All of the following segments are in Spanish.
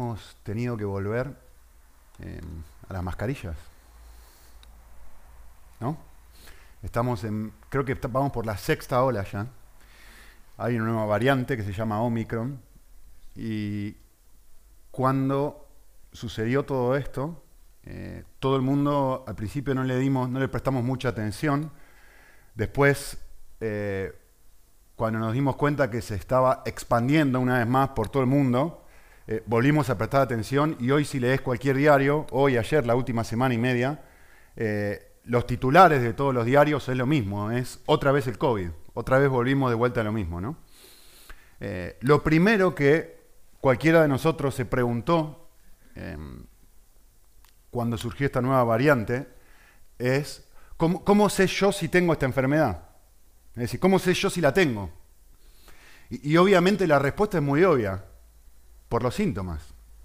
hemos tenido que volver a las mascarillas, ¿no? Creo que vamos por la sexta ola ya. Hay una nueva variante que se llama Omicron. Y cuando sucedió todo esto, todo el mundo al principio no le prestamos mucha atención. Después, cuando nos dimos cuenta que se estaba expandiendo una vez más por todo el mundo, volvimos a prestar atención, y hoy si lees cualquier diario, hoy, ayer, la última semana y media, los titulares de todos los diarios es lo mismo, es otra vez el COVID, otra vez volvimos de vuelta a lo mismo, ¿no? Lo primero que cualquiera de nosotros se preguntó cuando surgió esta nueva variante es, ¿cómo sé yo si tengo esta enfermedad? Es decir, ¿cómo sé yo si la tengo? Y obviamente la respuesta es muy obvia, por los síntomas.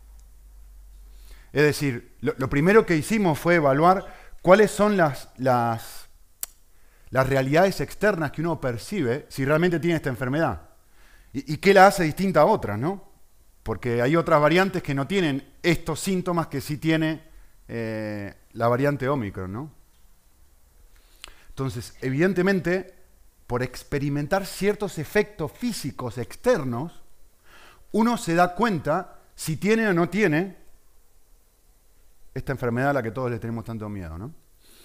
Es decir, lo primero que hicimos fue evaluar cuáles son las realidades externas que uno percibe si realmente tiene esta enfermedad. ¿Y qué la hace distinta a otras, no? Porque hay otras variantes que no tienen estos síntomas que sí tiene la variante Omicron, ¿no? Entonces, evidentemente, por experimentar ciertos efectos físicos externos, uno se da cuenta si tiene o no tiene esta enfermedad a la que todos le tenemos tanto miedo, ¿no?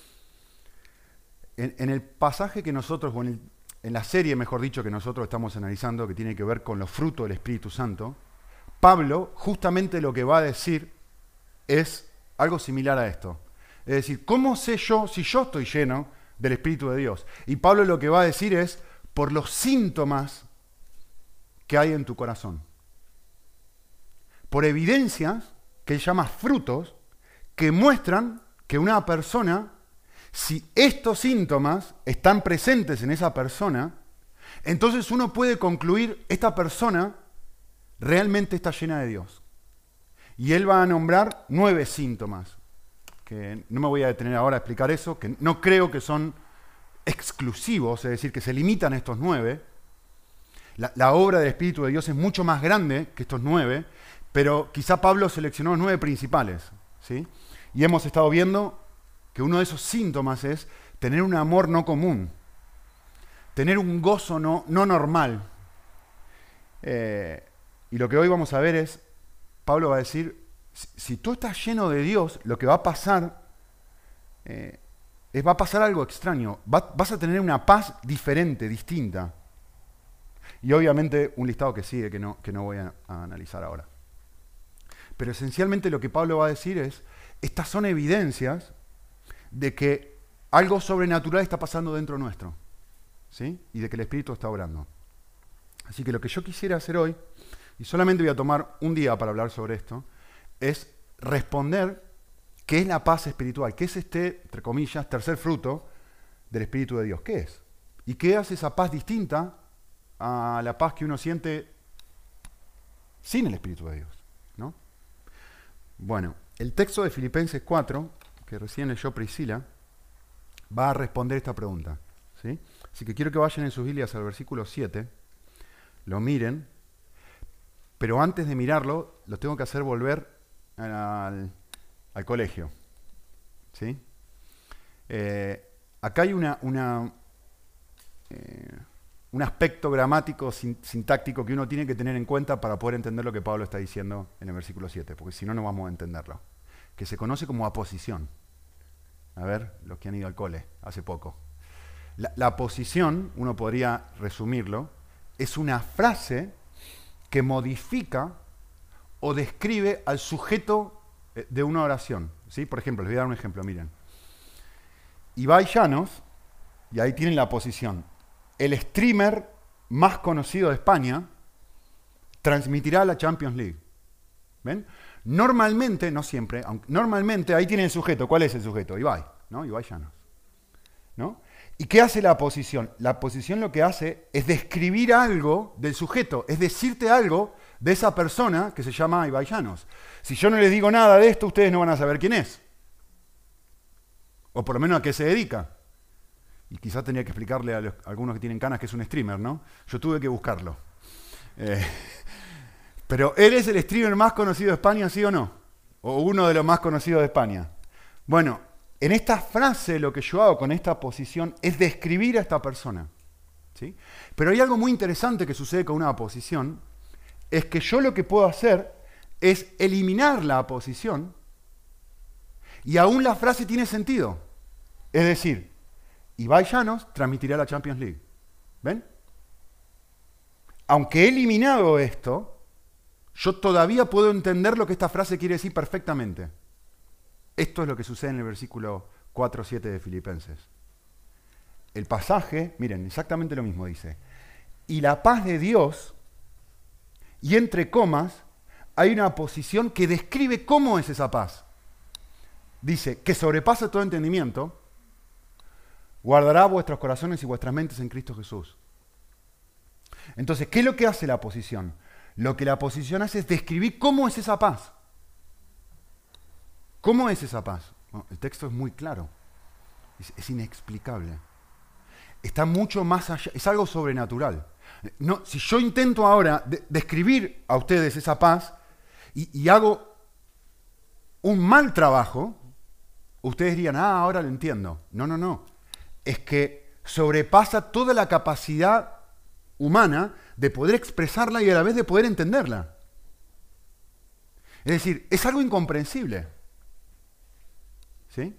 En el pasaje que nosotros, o en la serie, mejor dicho, que nosotros estamos analizando, que tiene que ver con los frutos del Espíritu Santo, Pablo justamente lo que va a decir es algo similar a esto. Es decir, ¿cómo sé yo si yo estoy lleno del Espíritu de Dios? Y Pablo lo que va a decir es por los síntomas que hay en tu corazón. Por evidencias que él llama frutos, que muestran que una persona, si estos síntomas están presentes en esa persona, entonces uno puede concluir, esta persona realmente está llena de Dios. Y él va a nombrar 9 síntomas, que no me voy a detener ahora a explicar eso, que no creo que son exclusivos, es decir, que se limitan a estos 9. La obra del Espíritu de Dios es mucho más grande que estos 9, pero quizá Pablo seleccionó los 9 principales, ¿sí? Y hemos estado viendo que uno de esos síntomas es tener un amor no común, tener un gozo no normal. Y lo que hoy vamos a ver es, Pablo va a decir, si tú estás lleno de Dios, lo que va a pasar va a pasar algo extraño. Vas a tener una paz diferente, distinta. Y obviamente un listado que sigue que no voy a analizar ahora. Pero esencialmente lo que Pablo va a decir es, estas son evidencias de que algo sobrenatural está pasando dentro nuestro, ¿sí? Y de que el Espíritu está obrando. Así que lo que yo quisiera hacer hoy, y solamente voy a tomar un día para hablar sobre esto, es responder qué es la paz espiritual, qué es este, entre comillas, tercer fruto del Espíritu de Dios. ¿Qué es? ¿Y qué hace esa paz distinta a la paz que uno siente sin el Espíritu de Dios, ¿no? Bueno, el texto de Filipenses 4, que recién leyó Priscila, va a responder esta pregunta, ¿sí? Así que quiero que vayan en sus Biblias al versículo 7, lo miren, pero antes de mirarlo, lo tengo que hacer volver al colegio, ¿sí? Acá hay un aspecto gramático, sintáctico que uno tiene que tener en cuenta para poder entender lo que Pablo está diciendo en el versículo 7, porque si no, no vamos a entenderlo. Que se conoce como aposición. A ver, los que han ido al cole hace poco. La aposición, uno podría resumirlo, es una frase que modifica o describe al sujeto de una oración, ¿sí? Por ejemplo, les voy a dar un ejemplo, miren. Ibai Llanos, y ahí tienen la aposición, el streamer más conocido de España, transmitirá la Champions League. ¿Ven? Normalmente, no siempre, normalmente ahí tienen el sujeto. ¿Cuál es el sujeto? Ibai, ¿no? Ibai Llanos, ¿no? ¿Y qué hace la aposición? La aposición lo que hace es describir algo del sujeto, es decirte algo de esa persona que se llama Ibai Llanos. Si yo no les digo nada de esto, ustedes no van a saber quién es. O por lo menos a qué se dedica. Y quizás tenía que explicarle a algunos que tienen canas que es un streamer, ¿no? Yo tuve que buscarlo. Pero ¿eres el streamer más conocido de España, sí o no? O uno de los más conocidos de España. Bueno, en esta frase lo que yo hago con esta posición es describir a esta persona. ¿Sí? Pero hay algo muy interesante que sucede con una aposición, es que yo lo que puedo hacer es eliminar la aposición y aún la frase tiene sentido. Es decir, Ibai Llanos transmitirá la Champions League. ¿Ven? Aunque he eliminado esto, yo todavía puedo entender lo que esta frase quiere decir perfectamente. Esto es lo que sucede en el versículo 4-7 de Filipenses. El pasaje, miren, exactamente lo mismo dice. Y la paz de Dios, y entre comas, hay una posición que describe cómo es esa paz. Dice, que sobrepasa todo entendimiento, guardará vuestros corazones y vuestras mentes en Cristo Jesús. Entonces, ¿qué es lo que hace la posición? Lo que la posición hace es describir cómo es esa paz. ¿Cómo es esa paz? Bueno, el texto es muy claro. Es inexplicable. Está mucho más allá. Es algo sobrenatural. No, si yo intento ahora describir a ustedes esa paz y hago un mal trabajo, ustedes dirían, ahora lo entiendo. No. Es que sobrepasa toda la capacidad humana de poder expresarla y a la vez de poder entenderla. Es decir, es algo incomprensible. ¿Sí?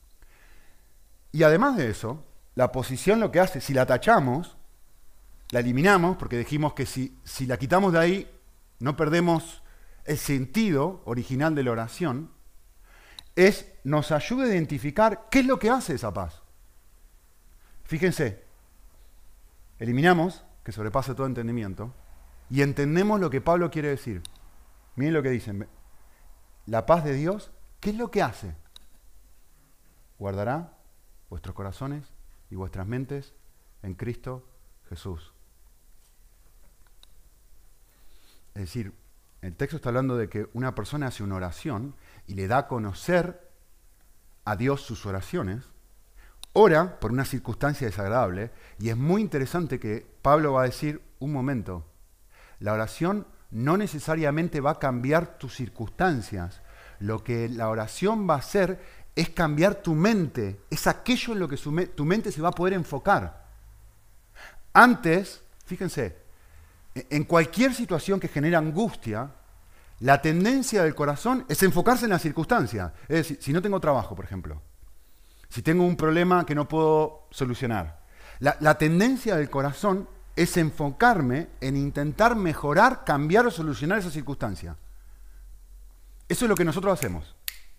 Y además de eso, la posición lo que hace, si la tachamos, la eliminamos, porque dijimos que si la quitamos de ahí, no perdemos el sentido original de la oración, nos ayuda a identificar qué es lo que hace esa paz. Fíjense, eliminamos, que sobrepasa todo entendimiento, y entendemos lo que Pablo quiere decir. Miren lo que dicen. La paz de Dios, ¿qué es lo que hace? Guardará vuestros corazones y vuestras mentes en Cristo Jesús. Es decir, el texto está hablando de que una persona hace una oración y le da a conocer a Dios sus oraciones, ora por una circunstancia desagradable, y es muy interesante que Pablo va a decir, un momento, la oración no necesariamente va a cambiar tus circunstancias, lo que la oración va a hacer es cambiar tu mente, es aquello en lo que tu mente se va a poder enfocar. Antes, fíjense, en cualquier situación que genera angustia, la tendencia del corazón es enfocarse en la circunstancia. Es decir, si no tengo trabajo, por ejemplo, si tengo un problema que no puedo solucionar, la tendencia del corazón es enfocarme en intentar mejorar, cambiar o solucionar esa circunstancia. Eso es lo que nosotros hacemos.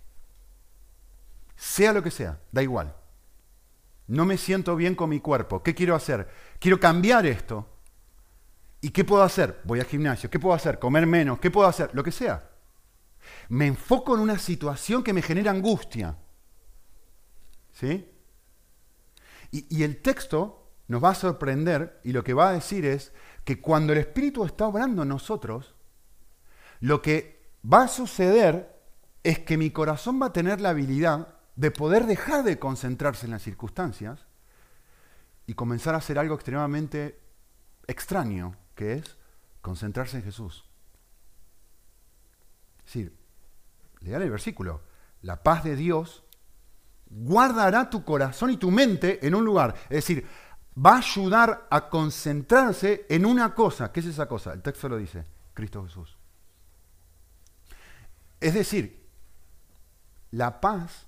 Sea lo que sea, da igual. No me siento bien con mi cuerpo. ¿Qué quiero hacer? Quiero cambiar esto. ¿Y qué puedo hacer? Voy al gimnasio. ¿Qué puedo hacer? Comer menos. ¿Qué puedo hacer? Lo que sea. Me enfoco en una situación que me genera angustia. ¿Sí? Y el texto nos va a sorprender y lo que va a decir es que cuando el Espíritu está obrando en nosotros, lo que va a suceder es que mi corazón va a tener la habilidad de poder dejar de concentrarse en las circunstancias y comenzar a hacer algo extremadamente extraño, que es concentrarse en Jesús. Es decir, lean el versículo, la paz de Dios guardará tu corazón y tu mente en un lugar. Es decir, va a ayudar a concentrarse en una cosa. ¿Qué es esa cosa? El texto lo dice, Cristo Jesús. Es decir, la paz,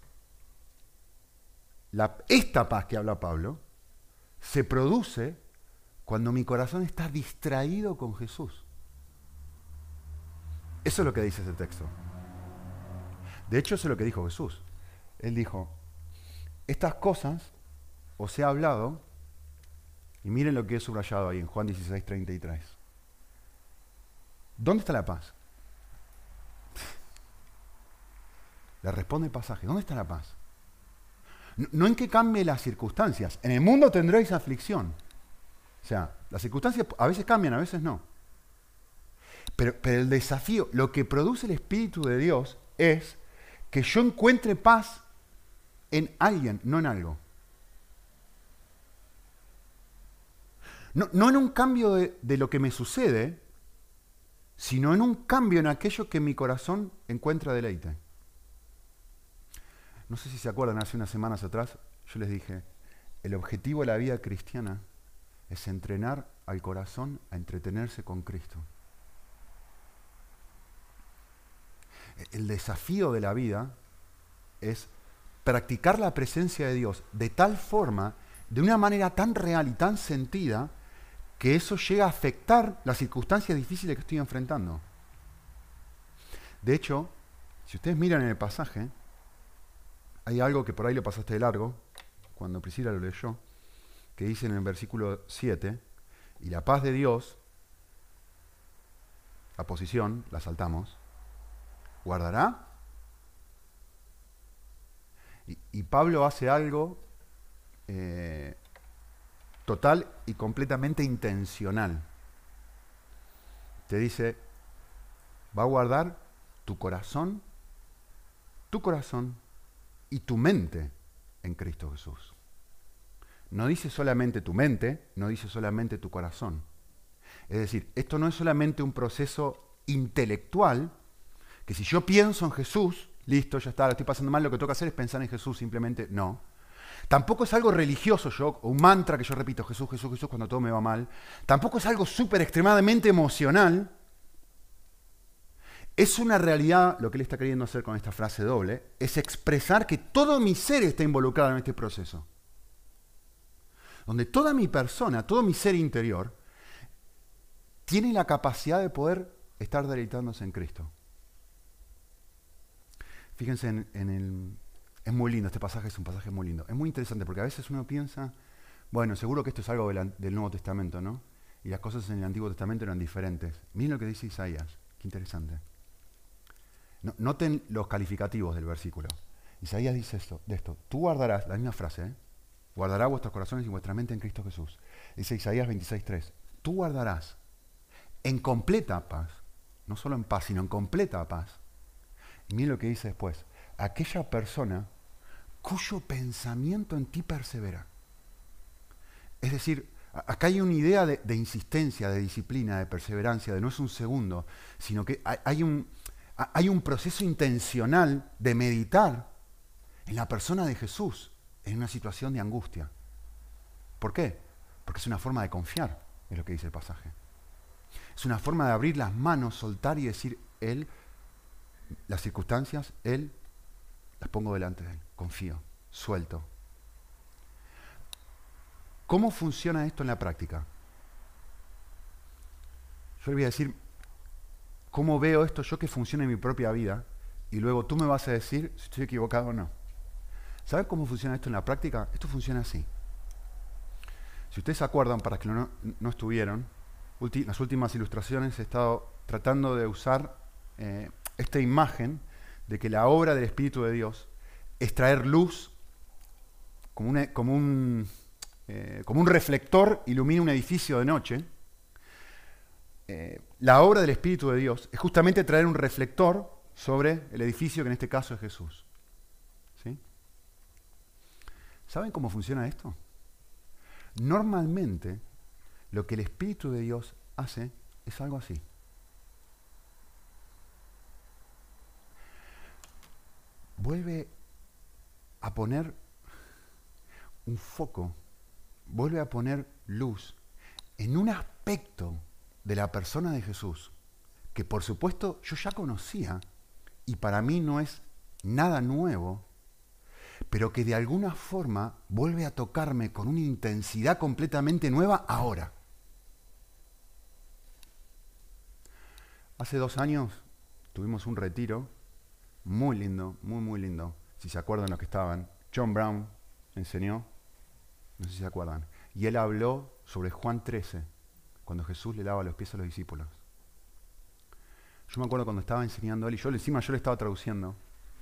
esta paz que habla Pablo, se produce cuando mi corazón está distraído con Jesús. Eso es lo que dice ese texto. De hecho, eso es lo que dijo Jesús. Él dijo, estas cosas os he hablado, y miren lo que he subrayado ahí en Juan 16:33. ¿Dónde está la paz? Le responde el pasaje, ¿dónde está la paz? No en que cambie las circunstancias. En el mundo tendréis aflicción. O sea, las circunstancias a veces cambian, a veces no. Pero el desafío, lo que produce el Espíritu de Dios es que yo encuentre paz en alguien, no en algo. No en un cambio de lo que me sucede, sino en un cambio en aquello que mi corazón encuentra deleite. No sé si se acuerdan, hace unas semanas atrás yo les dije, el objetivo de la vida cristiana es entrenar al corazón a entretenerse con Cristo. El desafío de la vida es practicar la presencia de Dios de tal forma, de una manera tan real y tan sentida, que eso llega a afectar las circunstancias difíciles que estoy enfrentando. De hecho, si ustedes miran en el pasaje, hay algo que por ahí lo pasaste de largo, cuando Priscila lo leyó, que dice en el versículo 7, y la paz de Dios, la posición, la saltamos, guardará. Y Pablo hace algo total y completamente intencional. Te dice, va a guardar tu corazón y tu mente en Cristo Jesús. No dice solamente tu mente, no dice solamente tu corazón. Es decir, esto no es solamente un proceso intelectual, que si yo pienso en Jesús, listo, ya está, lo estoy pasando mal, lo que tengo que hacer es pensar en Jesús, simplemente no. Tampoco es algo religioso o un mantra que yo repito, Jesús, Jesús, Jesús, cuando todo me va mal. Tampoco es algo súper extremadamente emocional. Es una realidad, lo que él está queriendo hacer con esta frase doble, es expresar que todo mi ser está involucrado en este proceso. Donde toda mi persona, todo mi ser interior, tiene la capacidad de poder estar deleitándose en Cristo. Fíjense es muy lindo, este pasaje es un pasaje muy lindo. Es muy interesante porque a veces uno piensa, bueno, seguro que esto es algo del Nuevo Testamento, ¿no? Y las cosas en el Antiguo Testamento eran diferentes. Miren lo que dice Isaías, qué interesante. Noten los calificativos del versículo. Isaías dice esto, tú guardarás, la misma frase, guardará vuestros corazones y vuestra mente en Cristo Jesús. Dice Isaías 26:3, tú guardarás en completa paz, no solo en paz, sino en completa paz. Y miren lo que dice después, aquella persona cuyo pensamiento en ti persevera. Es decir, acá hay una idea de insistencia, de disciplina, de perseverancia, de no es un segundo, sino que hay un proceso intencional de meditar en la persona de Jesús en una situación de angustia. ¿Por qué? Porque es una forma de confiar, es lo que dice el pasaje. Es una forma de abrir las manos, soltar y decir, Él, las circunstancias, Él, las pongo delante de Él, confío, suelto. ¿Cómo funciona esto en la práctica? Yo le voy a decir cómo veo esto yo que funciona en mi propia vida y luego tú me vas a decir si estoy equivocado o no. ¿Saben cómo funciona esto en la práctica? Esto funciona así. Si ustedes se acuerdan, para que no estuvieron, las últimas ilustraciones he estado tratando de usar esta imagen de que la obra del Espíritu de Dios es traer luz como un reflector ilumina un edificio de noche. La obra del Espíritu de Dios es justamente traer un reflector sobre el edificio que en este caso es Jesús. ¿Sí? ¿Saben cómo funciona esto? Normalmente lo que el Espíritu de Dios hace es algo así. Vuelve a poner un foco, vuelve a poner luz en un aspecto de la persona de Jesús que por supuesto yo ya conocía y para mí no es nada nuevo, pero que de alguna forma vuelve a tocarme con una intensidad completamente nueva ahora. Hace 2 años tuvimos un retiro muy lindo, muy lindo. Si se acuerdan los que estaban, John Brown enseñó, no sé si se acuerdan, y él habló sobre Juan 13, cuando Jesús le lava los pies a los discípulos. Yo me acuerdo cuando estaba enseñando él, y encima yo le estaba traduciendo,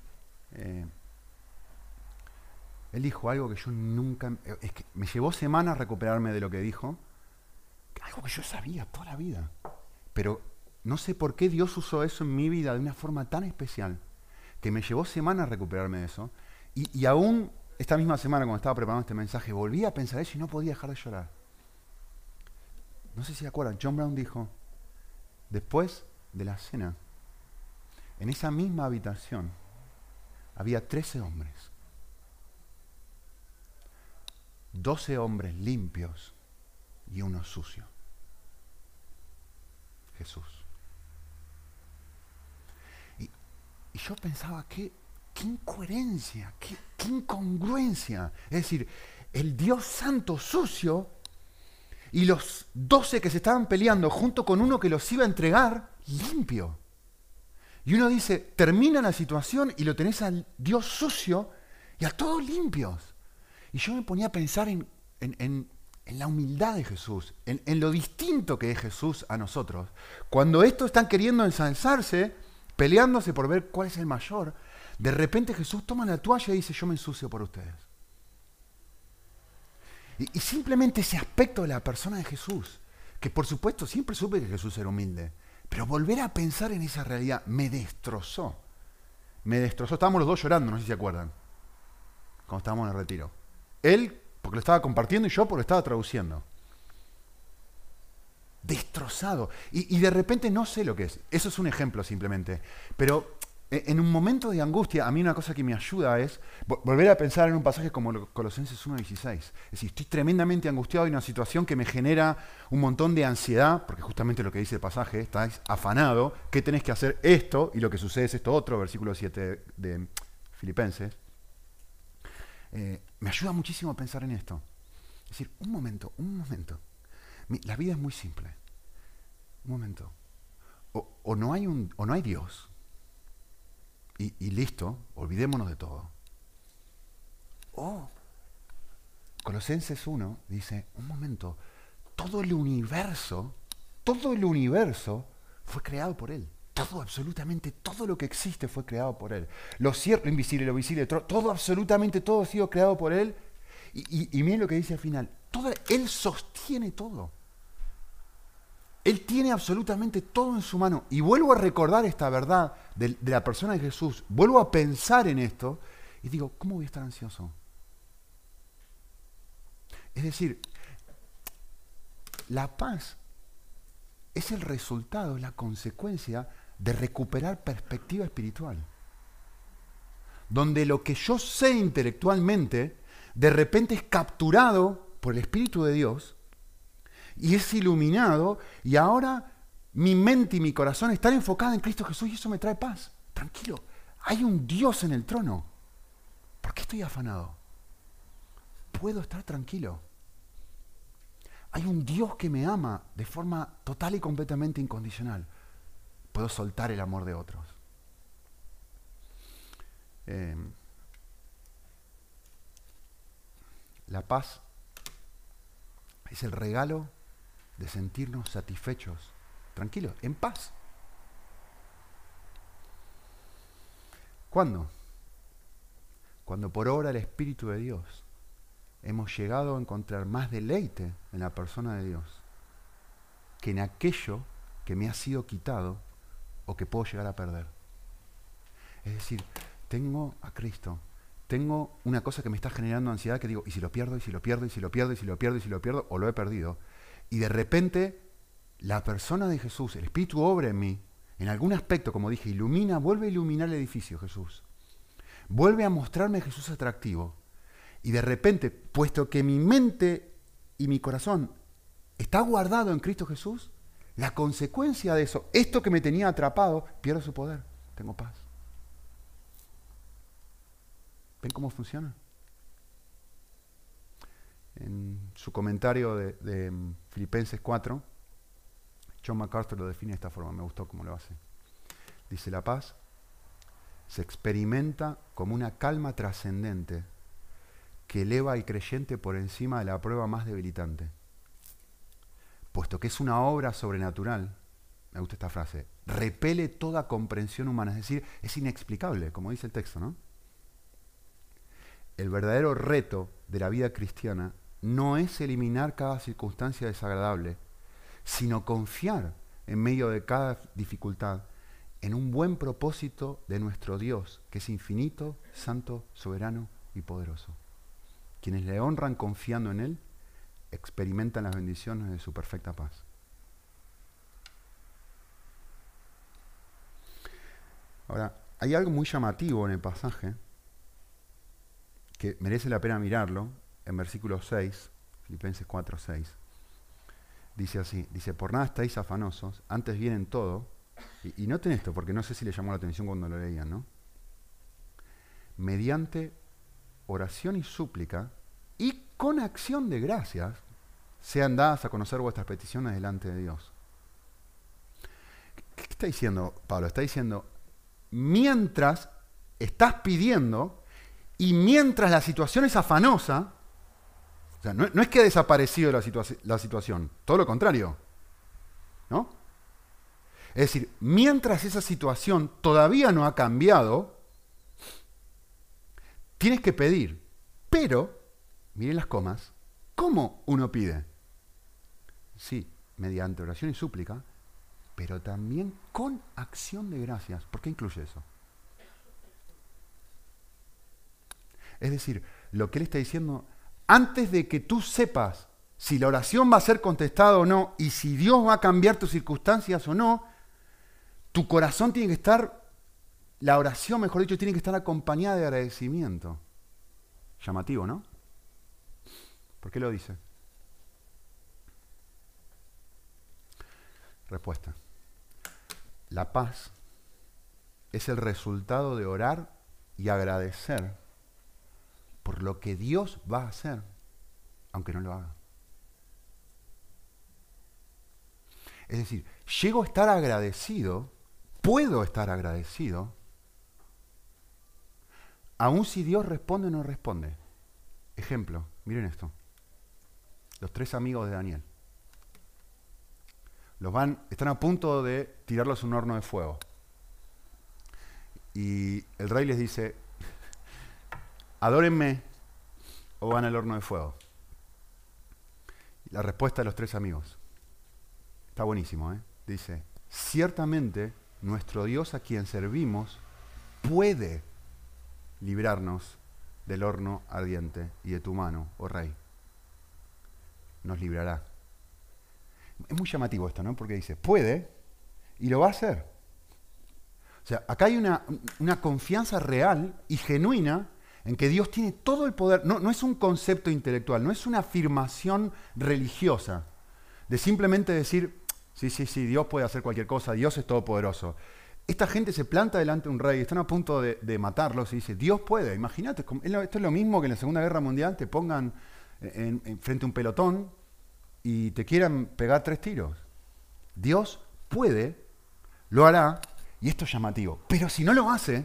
él dijo algo que yo nunca, es que me llevó semanas recuperarme de lo que dijo, algo que yo sabía toda la vida, pero no sé por qué Dios usó eso en mi vida de una forma tan especial, que me llevó semanas recuperarme de eso, y aún esta misma semana cuando estaba preparando este mensaje, volví a pensar eso y no podía dejar de llorar. No sé si se acuerdan, John Brown dijo, después de la cena, en esa misma habitación, había 13 hombres. 12 hombres limpios y uno sucio. Jesús. Y yo pensaba, qué incoherencia, qué incongruencia. Es decir, el Dios Santo sucio y los 12 que se estaban peleando junto con uno que los iba a entregar limpio. Y uno dice, termina la situación y lo tenés al Dios sucio y a todos limpios. Y yo me ponía a pensar en la humildad de Jesús, en lo distinto que es Jesús a nosotros. Cuando estos están queriendo ensalzarse, peleándose por ver cuál es el mayor, de repente Jesús toma la toalla y dice, yo me ensucio por ustedes. Y simplemente ese aspecto de la persona de Jesús, que por supuesto siempre supe que Jesús era humilde, pero volver a pensar en esa realidad me destrozó. Me destrozó. Estábamos los dos llorando, no sé si se acuerdan, cuando estábamos en el retiro. Él, porque lo estaba compartiendo, y yo porque lo estaba traduciendo. Destrozado. Y de repente no sé lo que es. Eso es un ejemplo simplemente. Pero en un momento de angustia, a mí una cosa que me ayuda es volver a pensar en un pasaje como Colosenses 1:16. Es decir, estoy tremendamente angustiado y una situación que me genera un montón de ansiedad, porque justamente lo que dice el pasaje, estás afanado, ¿qué tenés que hacer? Esto, y lo que sucede es esto otro, versículo 7 de Filipenses. Me ayuda muchísimo a pensar en esto. Es decir, un momento. La vida es muy simple. Un momento. O no hay Dios. Y listo, olvidémonos de todo. Colosenses 1 dice, un momento, todo el universo fue creado por Él. Todo, absolutamente todo lo que existe fue creado por Él. Lo cierto, lo invisible, lo visible, todo, absolutamente todo ha sido creado por Él. Y miren lo que dice al final, Él sostiene todo. Él tiene absolutamente todo en su mano. Y vuelvo a recordar esta verdad de la persona de Jesús. Vuelvo a pensar en esto y digo, ¿cómo voy a estar ansioso? Es decir, la paz es el resultado, es la consecuencia de recuperar perspectiva espiritual. Donde lo que yo sé intelectualmente, de repente es capturado por el Espíritu de Dios y es iluminado, y ahora mi mente y mi corazón están enfocados en Cristo Jesús y eso me trae paz. Tranquilo, hay un Dios en el trono. ¿Por qué estoy afanado? Puedo estar tranquilo. Hay un Dios que me ama de forma total y completamente incondicional. Puedo soltar el amor de otros. La paz es el regalo de sentirnos satisfechos, tranquilos, en paz. ¿Cuándo? Cuando por obra del Espíritu de Dios hemos llegado a encontrar más deleite en la persona de Dios que en aquello que me ha sido quitado o que puedo llegar a perder. Es decir, tengo a Cristo, tengo una cosa que me está generando ansiedad que digo, ¿y si lo pierdo? ¿Y si lo pierdo? ¿Y si lo pierdo? ¿Y si lo pierdo? ¿Y si lo pierdo? ¿O lo he perdido? Y de repente, la persona de Jesús, el Espíritu obra en mí, en algún aspecto, como dije, vuelve a iluminar el edificio, Jesús. Vuelve a mostrarme a Jesús atractivo. Y de repente, puesto que mi mente y mi corazón está guardado en Cristo Jesús, la consecuencia de eso, esto que me tenía atrapado, pierde su poder. Tengo paz. ¿Ven cómo funciona? En su comentario de Filipenses 4, John MacArthur lo define de esta forma, me gustó cómo lo hace. Dice, la paz se experimenta como una calma trascendente que eleva al creyente por encima de la prueba más debilitante. Puesto que es una obra sobrenatural, me gusta esta frase, repele toda comprensión humana, es decir, es inexplicable, como dice el texto, ¿no? El verdadero reto de la vida cristiana no es eliminar cada circunstancia desagradable, sino confiar en medio de cada dificultad en un buen propósito de nuestro Dios, que es infinito, santo, soberano y poderoso. Quienes le honran confiando en Él, experimentan las bendiciones de su perfecta paz. Ahora, hay algo muy llamativo en el pasaje que merece la pena mirarlo, en versículo 6, Filipenses 4, 6. Dice así, dice, por nada estáis afanosos, antes bien en todo, y noten esto, porque no sé si le llamó la atención cuando lo leían, ¿no? Mediante oración y súplica, y con acción de gracias, sean dadas a conocer vuestras peticiones delante de Dios. ¿Qué está diciendo Pablo? Está diciendo, mientras estás pidiendo, y mientras la situación es afanosa, o sea, no es que ha desaparecido la situación, todo lo contrario, ¿no? Es decir, mientras esa situación todavía no ha cambiado, tienes que pedir. Pero, miren las comas, ¿cómo uno pide? Sí, mediante oración y súplica, pero también con acción de gracias. ¿Por qué incluye eso? Es decir, lo que él está diciendo, antes de que tú sepas si la oración va a ser contestada o no, y si Dios va a cambiar tus circunstancias o no, tu corazón tiene que estar, la oración, mejor dicho, tiene que estar acompañada de agradecimiento. Llamativo, ¿no? ¿Por qué lo dice? Respuesta. La paz es el resultado de orar y agradecer por lo que Dios va a hacer, aunque no lo haga. Es decir, llego a estar agradecido, puedo estar agradecido, aun si Dios responde o no responde. Ejemplo, miren esto. Los 3 amigos de Daniel. Están a punto de tirarlos a un horno de fuego. Y el rey les dice, adórenme o van al horno de fuego. La respuesta de los 3 amigos. Está buenísimo, ¿eh? Dice, ciertamente nuestro Dios a quien servimos puede librarnos del horno ardiente y de tu mano, oh rey. Nos librará. Es muy llamativo esto, ¿no? Porque dice, puede y lo va a hacer. O sea, acá hay una confianza real y genuina en que Dios tiene todo el poder. No es un concepto intelectual, no es una afirmación religiosa de simplemente decir, sí, Dios puede hacer cualquier cosa, Dios es todopoderoso. Esta gente se planta delante de un rey, están a punto de matarlos y dice, Dios puede. Imagínate, esto es lo mismo que en la Segunda Guerra Mundial te pongan frente a un pelotón y te quieran pegar 3 tiros. Dios puede, lo hará, y esto es llamativo. Pero si no lo hace,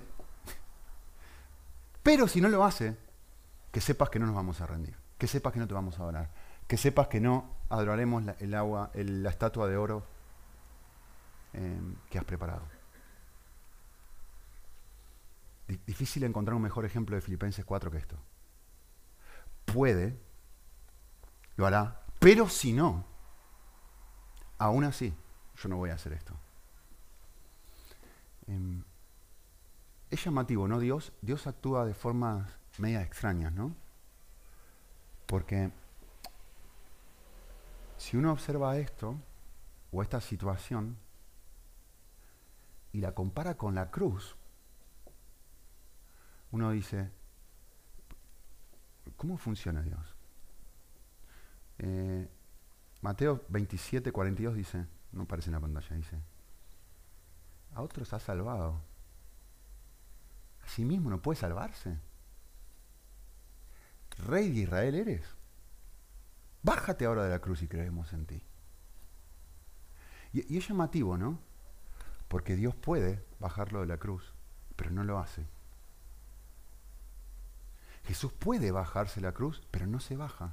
que sepas que no nos vamos a rendir, que sepas que no te vamos a adorar, que sepas que no adoraremos la estatua de oro que has preparado. Difícil encontrar un mejor ejemplo de Filipenses 4 que esto. Puede, lo hará, pero si no, aún así, yo no voy a hacer esto. Es llamativo, ¿no? Dios actúa de formas media extrañas, ¿no? Porque si uno observa esto, o esta situación, y la compara con la cruz, uno dice, ¿cómo funciona Dios? Mateo 27, 42 dice, no aparece en la pantalla, dice, a otros ha salvado, a sí mismo no puede salvarse. Rey de Israel eres. Bájate ahora de la cruz y creemos en ti. Y es llamativo, ¿no? Porque Dios puede bajarlo de la cruz, pero no lo hace. Jesús puede bajarse la cruz, pero no se baja.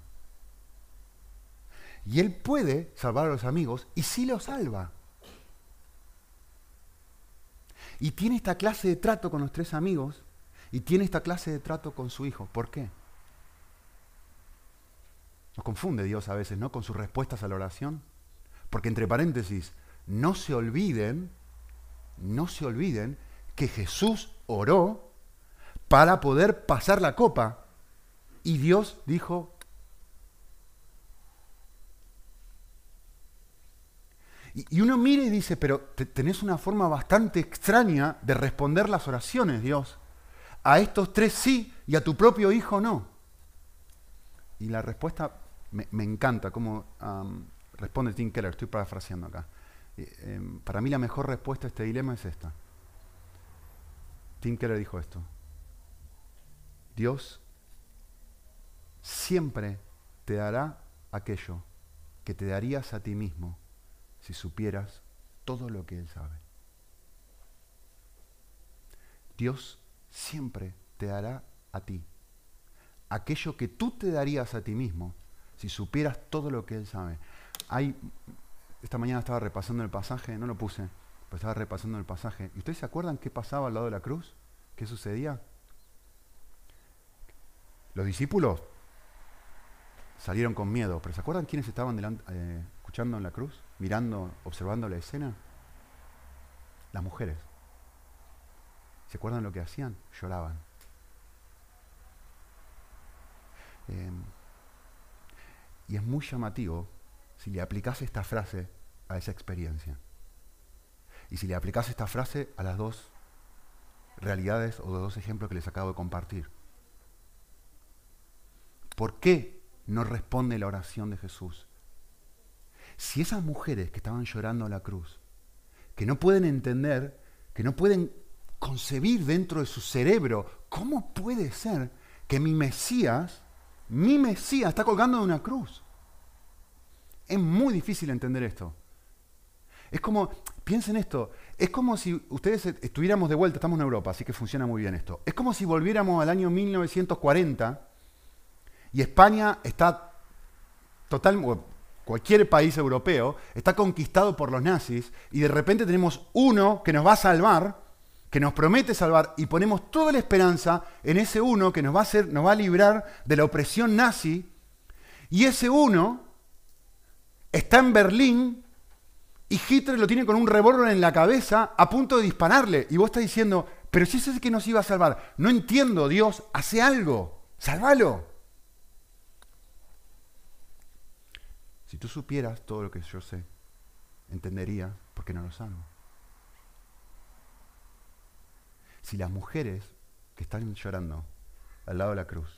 Y Él puede salvar a los amigos, y sí los salva. Y tiene esta clase de trato con los 3 amigos, y tiene esta clase de trato con su hijo. ¿Por qué? Nos confunde Dios a veces, ¿no? Con sus respuestas a la oración. Porque entre paréntesis, no se olviden que Jesús oró para poder pasar la copa. Y Dios dijo. Y uno mira y dice, pero tenés una forma bastante extraña de responder las oraciones, Dios. A estos tres sí y a tu propio hijo no. Y la respuesta me encanta, cómo responde Tim Keller, estoy parafraseando acá. Para mí la mejor respuesta a este dilema es esta. Tim Keller dijo esto. Dios siempre te dará aquello que te darías a ti mismo si supieras todo lo que Él sabe. Dios siempre te dará a ti aquello que tú te darías a ti mismo si supieras todo lo que Él sabe. Esta mañana estaba repasando el pasaje, no lo puse, pero estaba repasando el pasaje. ¿Y ustedes se acuerdan qué pasaba al lado de la cruz? ¿Qué sucedía? Los discípulos salieron con miedo, pero ¿se acuerdan quiénes estaban escuchando en la cruz? Mirando, observando la escena. Las mujeres. ¿Se acuerdan lo que hacían? Lloraban. Y es muy llamativo si le aplicás esta frase a esa experiencia. Y si le aplicás esta frase a las dos realidades o los dos ejemplos que les acabo de compartir. ¿Por qué no responde la oración de Jesús? Si esas mujeres que estaban llorando a la cruz, que no pueden entender, que no pueden concebir dentro de su cerebro, ¿cómo puede ser que mi Mesías está colgando de una cruz? Es muy difícil entender esto. Es como, piensen esto, es como si ustedes estuviéramos de vuelta, estamos en Europa, así que funciona muy bien esto. Es como si volviéramos al año 1940 y España está cualquier país europeo está conquistado por los nazis y de repente tenemos uno que nos va a salvar, que nos promete salvar y ponemos toda la esperanza en ese uno que nos va a librar de la opresión nazi y ese uno está en Berlín y Hitler lo tiene con un revólver en la cabeza a punto de dispararle y vos estás diciendo, pero si ese es el que nos iba a salvar, no entiendo, Dios, hace algo, sálvalo. Si tú supieras todo lo que yo sé, entenderías por qué no lo salvo. Si las mujeres que están llorando al lado de la cruz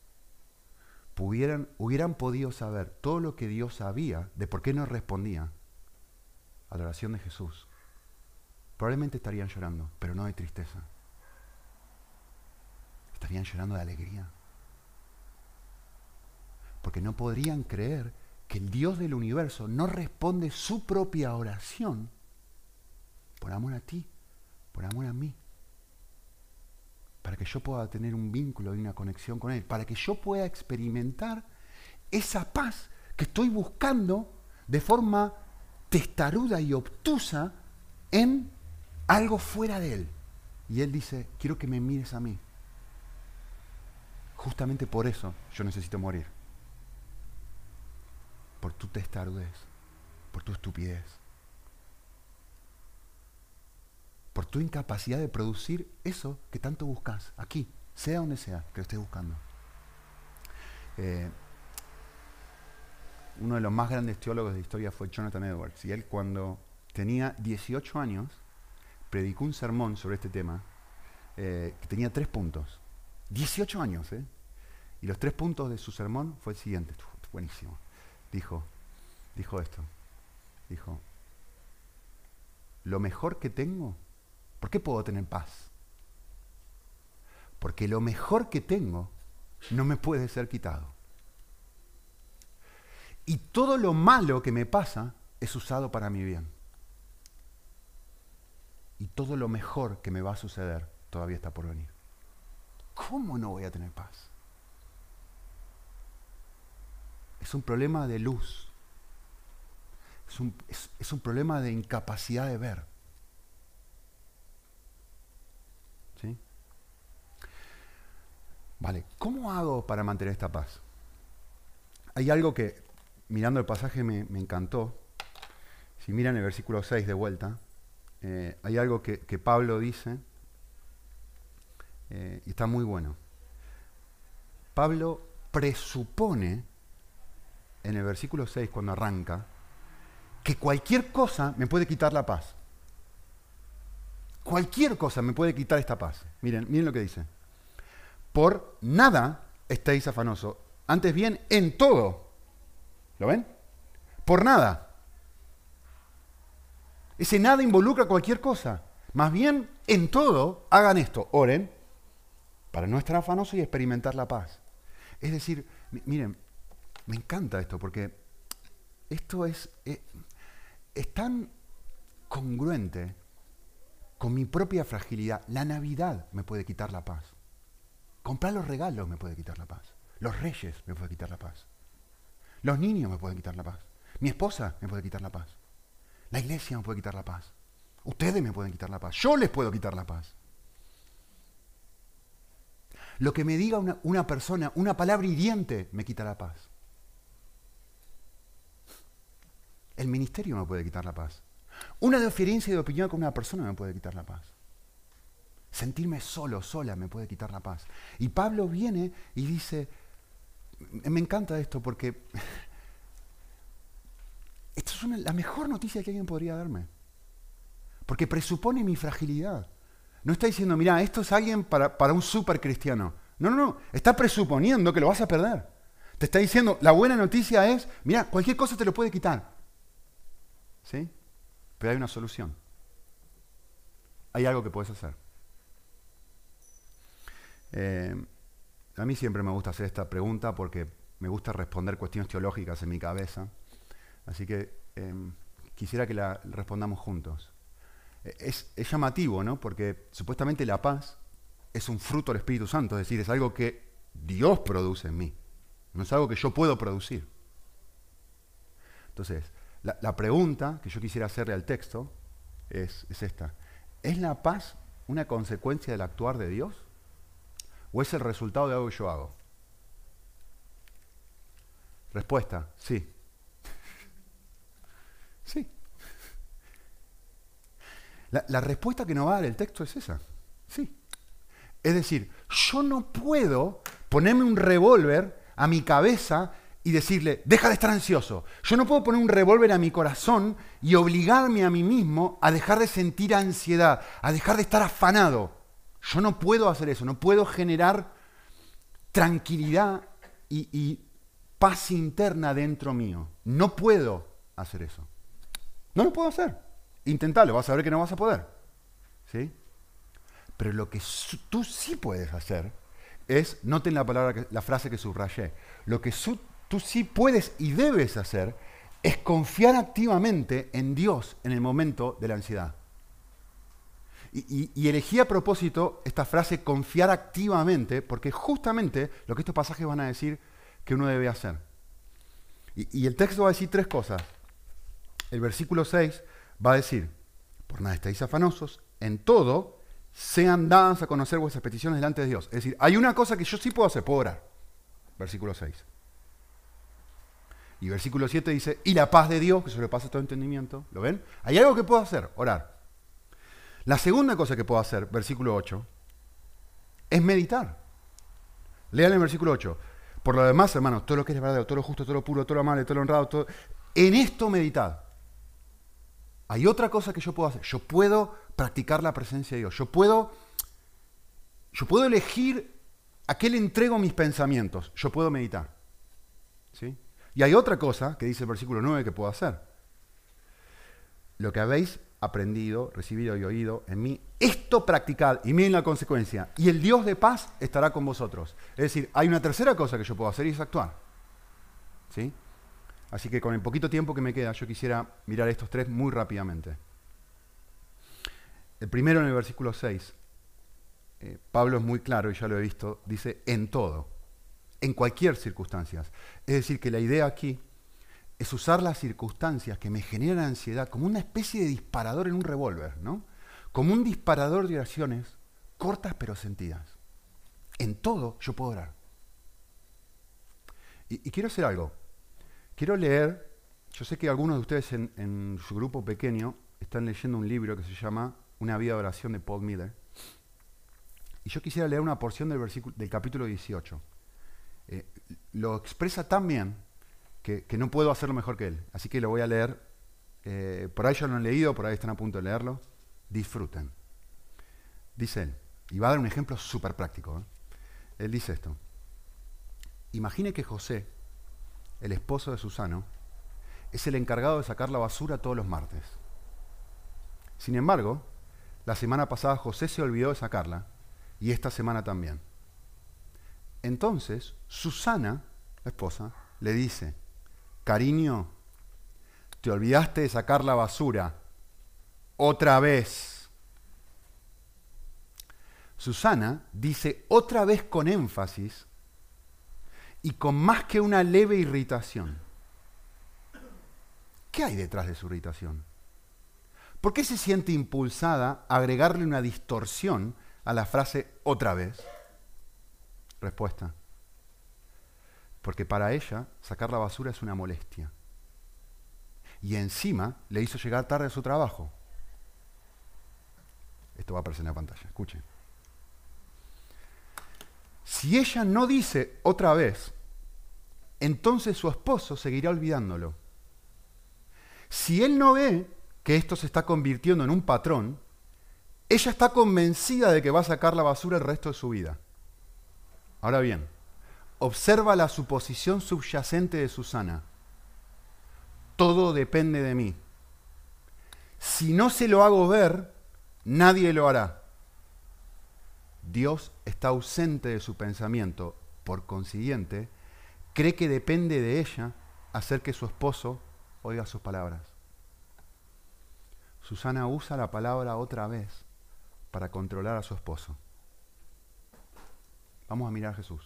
hubieran podido saber todo lo que Dios sabía de por qué no respondía a la oración de Jesús, probablemente estarían llorando, pero no de tristeza. Estarían llorando de alegría. Porque no podrían creer que el Dios del universo no responde su propia oración por amor a ti, por amor a mí, para que yo pueda tener un vínculo y una conexión con Él, para que yo pueda experimentar esa paz que estoy buscando de forma testaruda y obtusa en algo fuera de Él. Y Él dice, quiero que me mires a mí. Justamente por eso yo necesito morir. Por tu testarudez, por tu estupidez, por tu incapacidad de producir eso que tanto buscas, aquí, sea donde sea que lo estés buscando. Uno de los más grandes teólogos de historia fue Jonathan Edwards, y él cuando tenía 18 años predicó un sermón sobre este tema que tenía 3 puntos. 18 años, ¿eh? Y los 3 puntos de su sermón fue el siguiente, buenísimo. Dijo esto, lo mejor que tengo, ¿por qué puedo tener paz? Porque lo mejor que tengo no me puede ser quitado. Y todo lo malo que me pasa es usado para mi bien. Y todo lo mejor que me va a suceder todavía está por venir. ¿Cómo no voy a tener paz? Es un problema de luz. Es un problema de incapacidad de ver. ¿Sí? Vale, ¿cómo hago para mantener esta paz? Hay algo que, mirando el pasaje, me encantó. Si miran el versículo 6 de vuelta, hay algo que Pablo dice, y está muy bueno. Pablo presupone, en el versículo 6, cuando arranca, que cualquier cosa me puede quitar la paz. Cualquier cosa me puede quitar esta paz. Miren lo que dice. Por nada estéis afanosos, antes bien en todo. ¿Lo ven? Por nada. Ese nada involucra cualquier cosa. Más bien en todo hagan esto, oren, para no estar afanosos y experimentar la paz. Es decir, miren, me encanta esto porque esto es tan congruente con mi propia fragilidad. La Navidad me puede quitar la paz. Comprar los regalos me puede quitar la paz. Los reyes me pueden quitar la paz. Los niños me pueden quitar la paz. Mi esposa me puede quitar la paz. La iglesia me puede quitar la paz. Ustedes me pueden quitar la paz. Yo les puedo quitar la paz. Lo que me diga una persona, una palabra hiriente, me quita la paz. El ministerio me puede quitar la paz. Una diferencia de opinión con una persona me puede quitar la paz. Sentirme solo, sola, me puede quitar la paz. Y Pablo viene y dice, me encanta esto porque esta es la mejor noticia que alguien podría darme. Porque presupone mi fragilidad. No está diciendo, mira, esto es alguien para un súper cristiano. No. Está presuponiendo que lo vas a perder. Te está diciendo, la buena noticia es, mira, cualquier cosa te lo puede quitar. ¿Sí? Pero hay una solución. Hay algo que puedes hacer. A mí siempre me gusta hacer esta pregunta porque me gusta responder cuestiones teológicas en mi cabeza. Así que quisiera que la respondamos juntos. Es llamativo, ¿no? Porque supuestamente la paz es un fruto del Espíritu Santo, es decir, es algo que Dios produce en mí, no es algo que yo puedo producir. Entonces, la pregunta que yo quisiera hacerle al texto es esta. ¿Es la paz una consecuencia del actuar de Dios? ¿O es el resultado de algo que yo hago? Respuesta, sí. Sí. La respuesta que nos va a dar el texto es esa. Sí. Es decir, yo no puedo ponerme un revólver a mi cabeza y decirle, deja de estar ansioso. Yo no puedo poner un revólver a mi corazón y obligarme a mí mismo a dejar de sentir ansiedad, a dejar de estar afanado. Yo no puedo hacer eso, no puedo generar tranquilidad y paz interna dentro mío. No puedo hacer eso. No lo puedo hacer. Intentalo, vas a ver que no vas a poder. ¿Sí? Pero lo que tú sí puedes hacer es, noten la frase que subrayé, lo que tú sí puedes y debes hacer es confiar activamente en Dios en el momento de la ansiedad. Y elegí a propósito esta frase confiar activamente porque justamente lo que estos pasajes van a decir que uno debe hacer. Y el texto va a decir tres cosas. El versículo 6 va a decir, por nada estáis afanosos, en todo sean dadas a conocer vuestras peticiones delante de Dios. Es decir, hay una cosa que yo sí puedo hacer, puedo orar. Versículo 6. Y versículo 7 dice, y la paz de Dios, que sobrepasa todo entendimiento, ¿lo ven? Hay algo que puedo hacer, orar. La segunda cosa que puedo hacer, versículo 8, es meditar. Lean el versículo 8. Por lo demás, hermanos, todo lo que es verdadero, todo lo justo, todo lo puro, todo lo amable, todo lo honrado, todo... en esto meditad. Hay otra cosa que yo puedo hacer. Yo puedo practicar la presencia de Dios. Yo puedo elegir a qué le entrego mis pensamientos. Yo puedo meditar. ¿Sí? Y hay otra cosa que dice el versículo 9 que puedo hacer. Lo que habéis aprendido, recibido y oído en mí, esto practicad, y miren la consecuencia, y el Dios de paz estará con vosotros. Es decir, hay una tercera cosa que yo puedo hacer y es actuar. ¿Sí? Así que con el poquito tiempo que me queda, yo quisiera mirar estos tres muy rápidamente. El primero en el versículo 6, Pablo es muy claro, y ya lo he visto, dice en todo, en cualquier circunstancia. Es decir, que la idea aquí es usar las circunstancias que me generan ansiedad como una especie de disparador en un revólver, ¿no? Como un disparador de oraciones cortas pero sentidas. En todo yo puedo orar. Y quiero hacer algo. Quiero leer, yo sé que algunos de ustedes en su grupo pequeño están leyendo un libro que se llama Una vida de oración de Paul Miller. Y yo quisiera leer una porción del capítulo 18. Lo expresa tan bien que no puedo hacerlo mejor que él. Así que lo voy a leer por ahí ya lo han leído, por ahí están a punto de leerlo. Disfruten. Dice él, y va a dar un ejemplo súper práctico. Él dice esto. Imagine que José, el esposo de Susana, es el encargado de sacar la basura todos los martes. Sin embargo, la semana pasada José se olvidó de sacarla y esta semana también. Entonces, Susana, la esposa, le dice, cariño, te olvidaste de sacar la basura otra vez. Susana dice otra vez con énfasis y con más que una leve irritación. ¿Qué hay detrás de su irritación? ¿Por qué se siente impulsada a agregarle una distorsión a la frase otra vez? Respuesta. Porque para ella sacar la basura es una molestia. Y encima le hizo llegar tarde a su trabajo. Esto va a aparecer en la pantalla, escuchen. Si ella no dice otra vez, entonces su esposo seguirá olvidándolo. Si él no ve que esto se está convirtiendo en un patrón, ella está convencida de que va a sacar la basura el resto de su vida. Ahora bien, observa la suposición subyacente de Susana. Todo depende de mí. Si no se lo hago ver, nadie lo hará. Dios está ausente de su pensamiento, por consiguiente, cree que depende de ella hacer que su esposo oiga sus palabras. Susana usa la palabra otra vez para controlar a su esposo. Vamos a mirar a Jesús.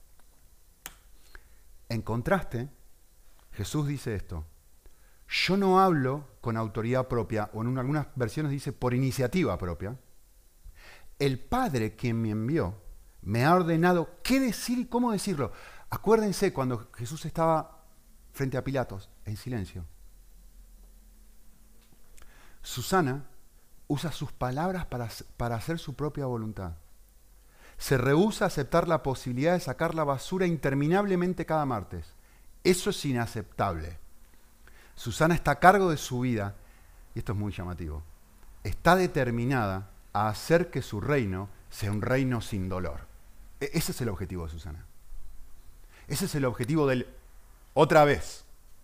En contraste, Jesús dice esto. Yo no hablo con autoridad propia, o en algunas versiones dice por iniciativa propia. El Padre quien me envió me ha ordenado qué decir y cómo decirlo. Acuérdense cuando Jesús estaba frente a Pilatos, en silencio. Susana usa sus palabras para hacer su propia voluntad. Se rehúsa a aceptar la posibilidad de sacar la basura interminablemente cada martes. Eso es inaceptable. Susana está a cargo de su vida, y esto es muy llamativo, está determinada a hacer que su reino sea un reino sin dolor. Ese es el objetivo de Susana. Ese es el objetivo del otra vez.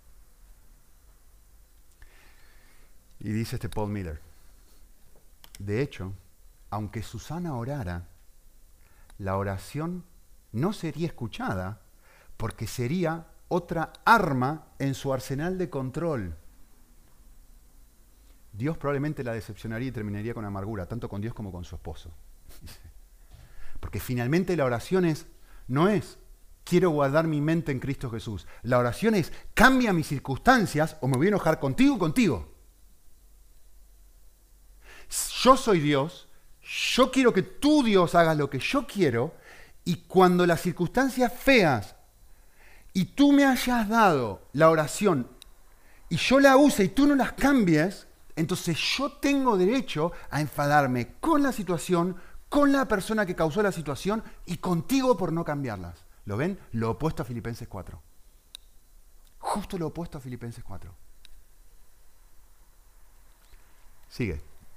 Y dice Paul Miller, de hecho, aunque Susana orara, la oración no sería escuchada porque sería otra arma en su arsenal de control. Dios probablemente la decepcionaría y terminaría con amargura, tanto con Dios como con su esposo. Porque finalmente la oración no es quiero guardar mi mente en Cristo Jesús. La oración es cambia mis circunstancias o me voy a enojar contigo. Yo soy Dios, yo quiero que tú, Dios, hagas lo que yo quiero, y cuando las circunstancias feas y tú me hayas dado la oración y yo la use y tú no las cambies, entonces yo tengo derecho a enfadarme con la situación, con la persona que causó la situación y contigo por no cambiarlas. ¿Lo ven? Lo opuesto a Filipenses 4. Justo lo opuesto a Filipenses 4. Sigue.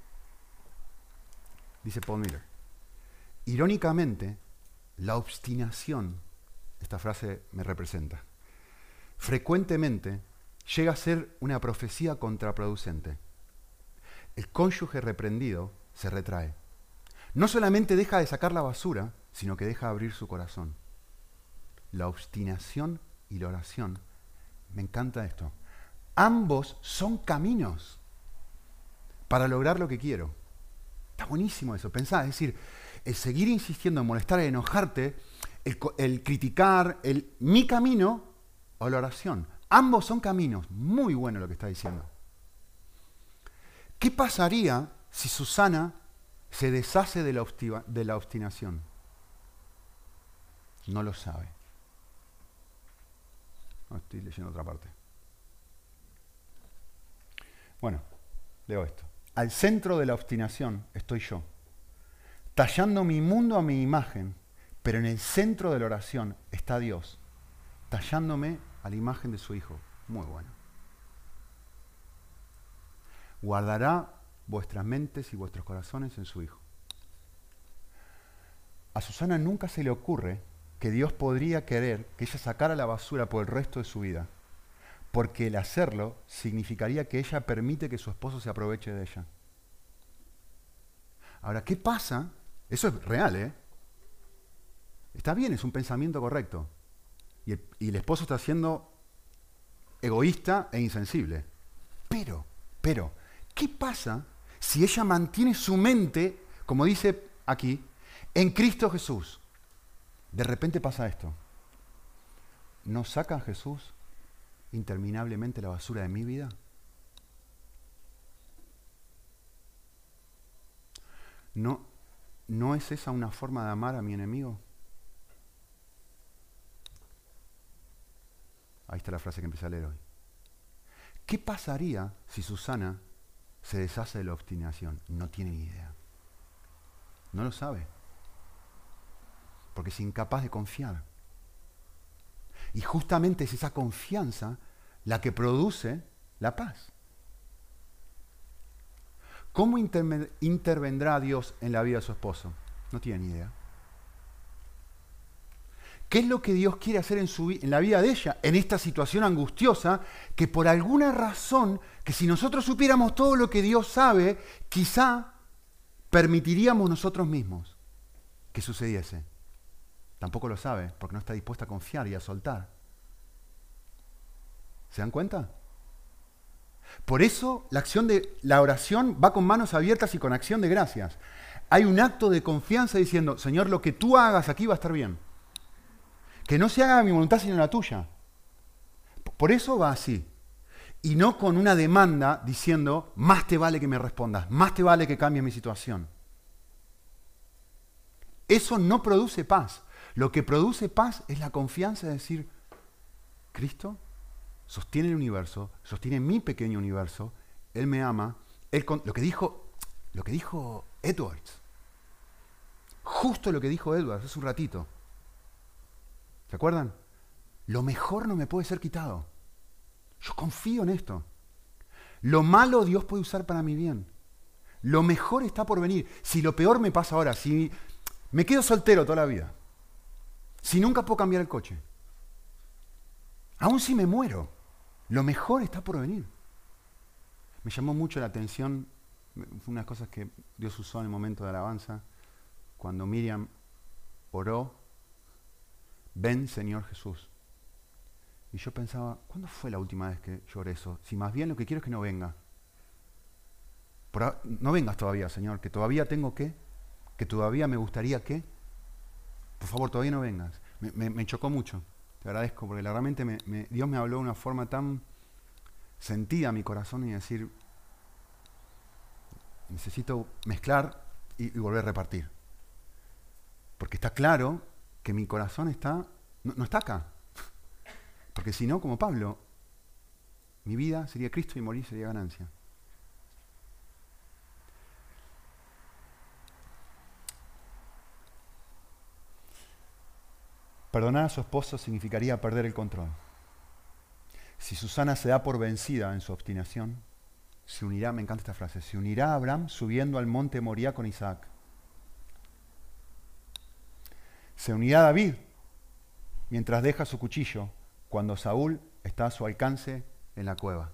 Dice Paul Miller. Irónicamente, la obstinación, esta frase me representa, frecuentemente llega a ser una profecía contraproducente. El cónyuge reprendido se retrae. No solamente deja de sacar la basura, sino que deja de abrir su corazón. La obstinación y la oración, me encanta esto, ambos son caminos para lograr lo que quiero. Está buenísimo eso, pensá, es decir, el seguir insistiendo en molestar, en enojarte, el criticar, mi camino o la oración. Ambos son caminos. Muy bueno lo que está diciendo. ¿Qué pasaría si Susana se deshace de la obstinación? No lo sabe. No, estoy leyendo otra parte. Bueno, leo esto. Al centro de la obstinación estoy yo, tallando mi mundo a mi imagen, pero en el centro de la oración está Dios, tallándome a la imagen de su Hijo. Muy bueno. guardará vuestras mentes y vuestros corazones en su Hijo. A Susana nunca se le ocurre que Dios podría querer que ella sacara la basura por el resto de su vida, porque el hacerlo significaría que ella permite que su esposo se aproveche de ella. Ahora, ¿qué pasa? Eso es real, ¿eh? Está bien, es un pensamiento correcto. Y el esposo está siendo egoísta e insensible. Pero, ¿qué pasa si ella mantiene su mente, como dice aquí, en Cristo Jesús? De repente pasa esto. ¿No saca Jesús interminablemente la basura de mi vida? ¿No es esa una forma de amar a mi enemigo? Ahí está la frase que empecé a leer hoy. ¿Qué pasaría si Susana se deshace de la obstinación? No tiene ni idea. No lo sabe. Porque es incapaz de confiar. Y justamente es esa confianza la que produce la paz. ¿Cómo intervendrá Dios en la vida de su esposo? No tiene ni idea. ¿Qué es lo que Dios quiere hacer en la vida de ella, en esta situación angustiosa, que por alguna razón, que si nosotros supiéramos todo lo que Dios sabe, quizá permitiríamos nosotros mismos que sucediese? Tampoco lo sabe, porque no está dispuesta a confiar y a soltar. ¿Se dan cuenta? Por eso la oración va con manos abiertas y con acción de gracias. Hay un acto de confianza diciendo, Señor, lo que tú hagas aquí va a estar bien. Que no se haga mi voluntad sino la tuya. Por eso va así. Y no con una demanda diciendo, más te vale que me respondas, más te vale que cambies mi situación. Eso no produce paz. Lo que produce paz es la confianza de decir, Cristo sostiene el universo, sostiene mi pequeño universo, Él me ama. Lo que dijo Edwards. Justo lo que dijo Edwards hace un ratito. ¿Se acuerdan? Lo mejor no me puede ser quitado. Yo confío en esto. Lo malo Dios puede usar para mi bien. Lo mejor está por venir. Si lo peor me pasa ahora, si me quedo soltero toda la vida, si nunca puedo cambiar el coche, aún si me muero, lo mejor está por venir. Me llamó mucho la atención, fue una de las cosas que Dios usó en el momento de alabanza, cuando Miriam oró, ven Señor Jesús. Y yo pensaba, ¿cuándo fue la última vez que yo oré eso? Si más bien lo que quiero es que no venga. No vengas todavía, Señor, que todavía tengo que todavía me gustaría que. Por favor, todavía no vengas. Me chocó mucho. Te agradezco, porque realmente Dios me habló de una forma tan sentida a mi corazón y decir, necesito mezclar y volver a repartir. Porque está claro que mi corazón no está acá. Porque si no, como Pablo, mi vida sería Cristo y morir sería ganancia. Perdonar a su esposo significaría perder el control. Si Susana se da por vencida en su obstinación, se unirá, me encanta esta frase, se unirá a Abraham subiendo al monte Moría con Isaac. Se unirá a David mientras deja su cuchillo cuando Saúl está a su alcance en la cueva.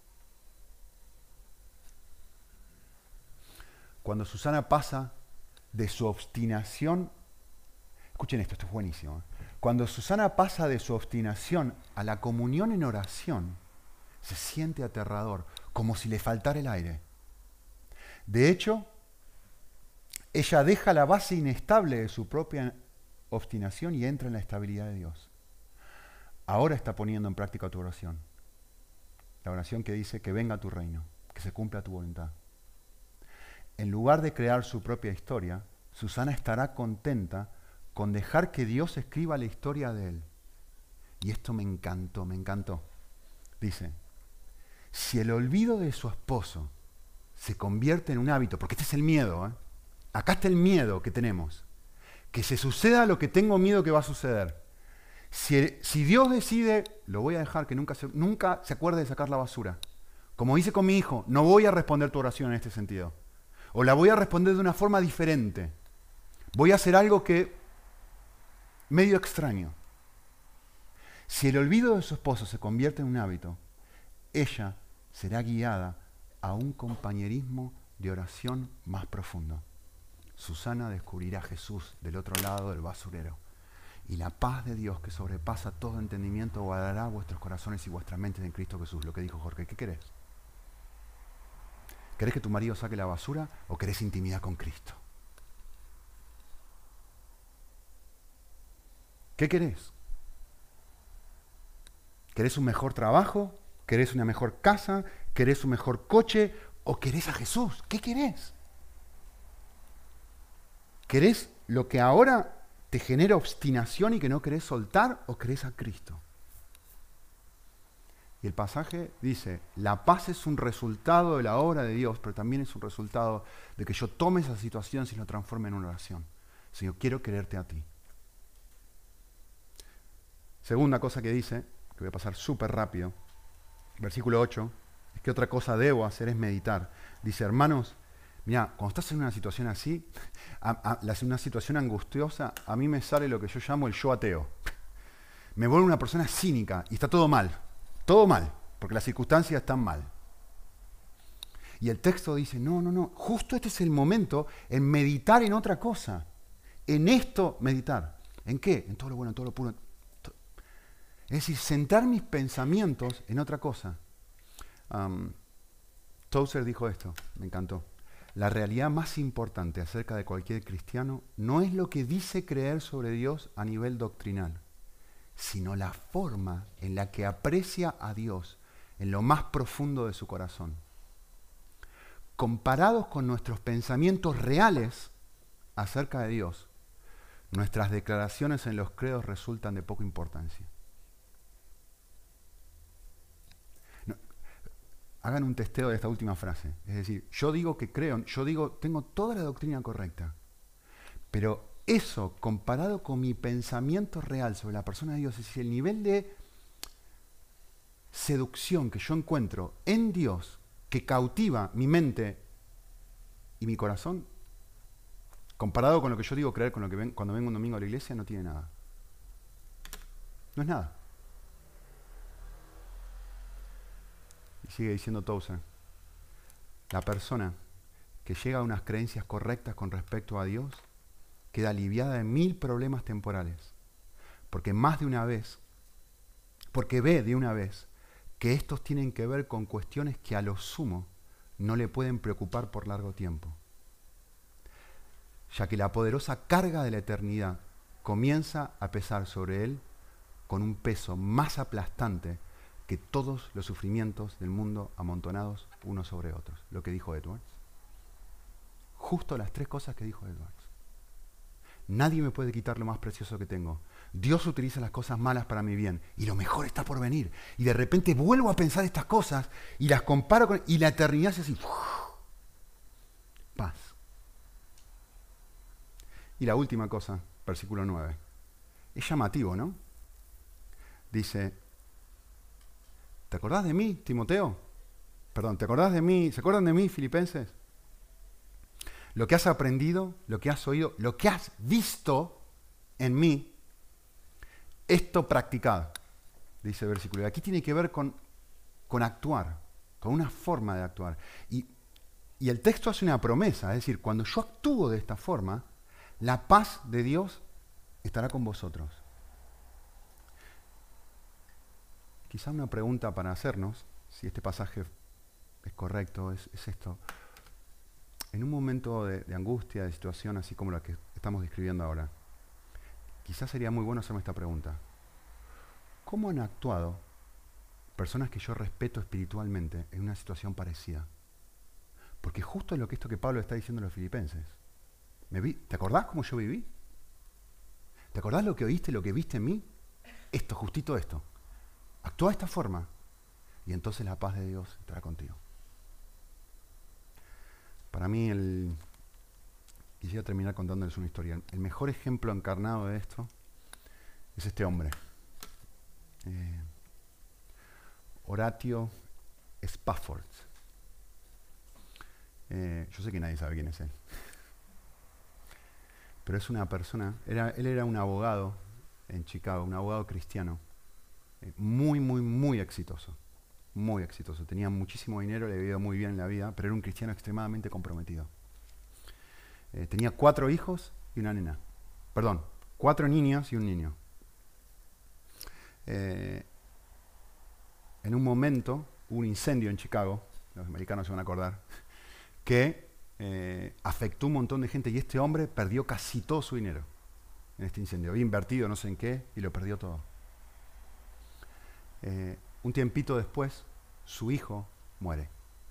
Cuando Susana pasa de su obstinación, escuchen esto es buenísimo. Cuando Susana pasa de su obstinación a la comunión en oración, se siente aterrador, como si le faltara el aire. De hecho, ella deja la base inestable de su propia obstinación y entra en la estabilidad de Dios. Ahora está poniendo en práctica tu oración. La oración que dice que venga tu reino, que se cumpla tu voluntad. En lugar de crear su propia historia, Susana estará contenta con dejar que Dios escriba la historia de él. Y esto me encantó, me encantó. Dice, si el olvido de su esposo se convierte en un hábito, porque este es el miedo, acá está el miedo que tenemos, que se suceda lo que tengo miedo que va a suceder. Si Dios decide, lo voy a dejar que nunca se acuerde de sacar la basura, Como hice con mi hijo, no voy a responder tu oración en este sentido. O la voy a responder de una forma diferente. Voy a hacer algo que medio extraño. Si el olvido de su esposo se convierte en un hábito, ella será guiada a un compañerismo de oración más profundo. Susana descubrirá a Jesús del otro lado del basurero. Y la paz de Dios, que sobrepasa todo entendimiento, guardará vuestros corazones y vuestras mentes en Cristo Jesús. Lo que dijo Jorge. ¿Qué querés? ¿Querés que tu marido saque la basura o querés intimidad con Cristo? ¿Qué querés? ¿Querés un mejor trabajo? ¿Querés una mejor casa? ¿Querés un mejor coche? ¿O querés a Jesús? ¿Qué querés? ¿Querés lo que ahora te genera obstinación y que no querés soltar o querés a Cristo? Y el pasaje dice, la paz es un resultado de la obra de Dios, pero también es un resultado de que yo tome esa situación y lo transforme en una oración. Señor, quiero quererte a ti. Segunda cosa que dice, que voy a pasar súper rápido, versículo 8, es que otra cosa debo hacer es meditar. Dice, hermanos, mira, cuando estás en una situación así, una situación angustiosa, a mí me sale lo que yo llamo el yo ateo. Me vuelvo una persona cínica y está todo mal, porque las circunstancias están mal. Y el texto dice, no, justo este es el momento en meditar en otra cosa, en esto meditar. ¿En qué? En todo lo bueno, en todo lo puro. Es decir, centrar mis pensamientos en otra cosa. Tozer dijo esto, me encantó. La realidad más importante acerca de cualquier cristiano no es lo que dice creer sobre Dios a nivel doctrinal, sino la forma en la que aprecia a Dios en lo más profundo de su corazón. Comparados con nuestros pensamientos reales acerca de Dios, nuestras declaraciones en los credos resultan de poca importancia. Hagan un testeo de esta última frase. Es decir, yo digo que creo, tengo toda la doctrina correcta, pero eso comparado con mi pensamiento real sobre la persona de Dios, es decir, el nivel de seducción que yo encuentro en Dios que cautiva mi mente y mi corazón, comparado con lo que yo digo creer con lo que cuando vengo un domingo a la iglesia, no tiene nada. No es nada. Y sigue diciendo Tozer, la persona que llega a unas creencias correctas con respecto a Dios queda aliviada de 1000 problemas temporales, porque ve de una vez que estos tienen que ver con cuestiones que a lo sumo no le pueden preocupar por largo tiempo, ya que la poderosa carga de la eternidad comienza a pesar sobre él con un peso más aplastante que todos los sufrimientos del mundo amontonados unos sobre otros. Lo que dijo Edwards. Justo las 3 cosas que dijo Edwards. Nadie me puede quitar lo más precioso que tengo. Dios utiliza las cosas malas para mi bien y lo mejor está por venir. Y de repente vuelvo a pensar estas cosas y las comparo con... y la eternidad se así. Paz. Y la última cosa, versículo 9. Es llamativo, ¿no? Dice, ¿te acordás de mí, Timoteo? Perdón, ¿te acordás de mí? ¿Se acuerdan de mí, filipenses? Lo que has aprendido, lo que has oído, lo que has visto en mí, esto practicad, dice el versículo. Y aquí tiene que ver con actuar, con una forma de actuar. Y el texto hace una promesa, es decir, cuando yo actúo de esta forma, la paz de Dios estará con vosotros. Quizá una pregunta para hacernos, si este pasaje es correcto, es esto. En un momento de angustia, de situación así como la que estamos describiendo ahora, quizás sería muy bueno hacerme esta pregunta. ¿Cómo han actuado personas que yo respeto espiritualmente en una situación parecida? Porque justo es esto que Pablo está diciendo a los filipenses. ¿Te acordás cómo yo viví? ¿Te acordás lo que oíste, lo que viste en mí? Esto, justito esto. Actúa de esta forma y entonces la paz de Dios estará contigo. Para mí, quisiera terminar contándoles una historia. El mejor ejemplo encarnado de esto es este hombre. Horatio Spafford. Yo sé que nadie sabe quién es él. Pero es una persona, él era un abogado en Chicago, un abogado cristiano, muy, muy, muy exitoso. Muy exitoso. Tenía muchísimo dinero, le había ido muy bien en la vida, pero era un cristiano extremadamente comprometido. Tenía 4 hijos y una nena. Perdón, 4 niñas y un niño. En un momento hubo un incendio en Chicago, los americanos se van a acordar, que afectó un montón de gente y este hombre perdió casi todo su dinero en este incendio. Había invertido no sé en qué y lo perdió todo. Un tiempito después, su hijo muere.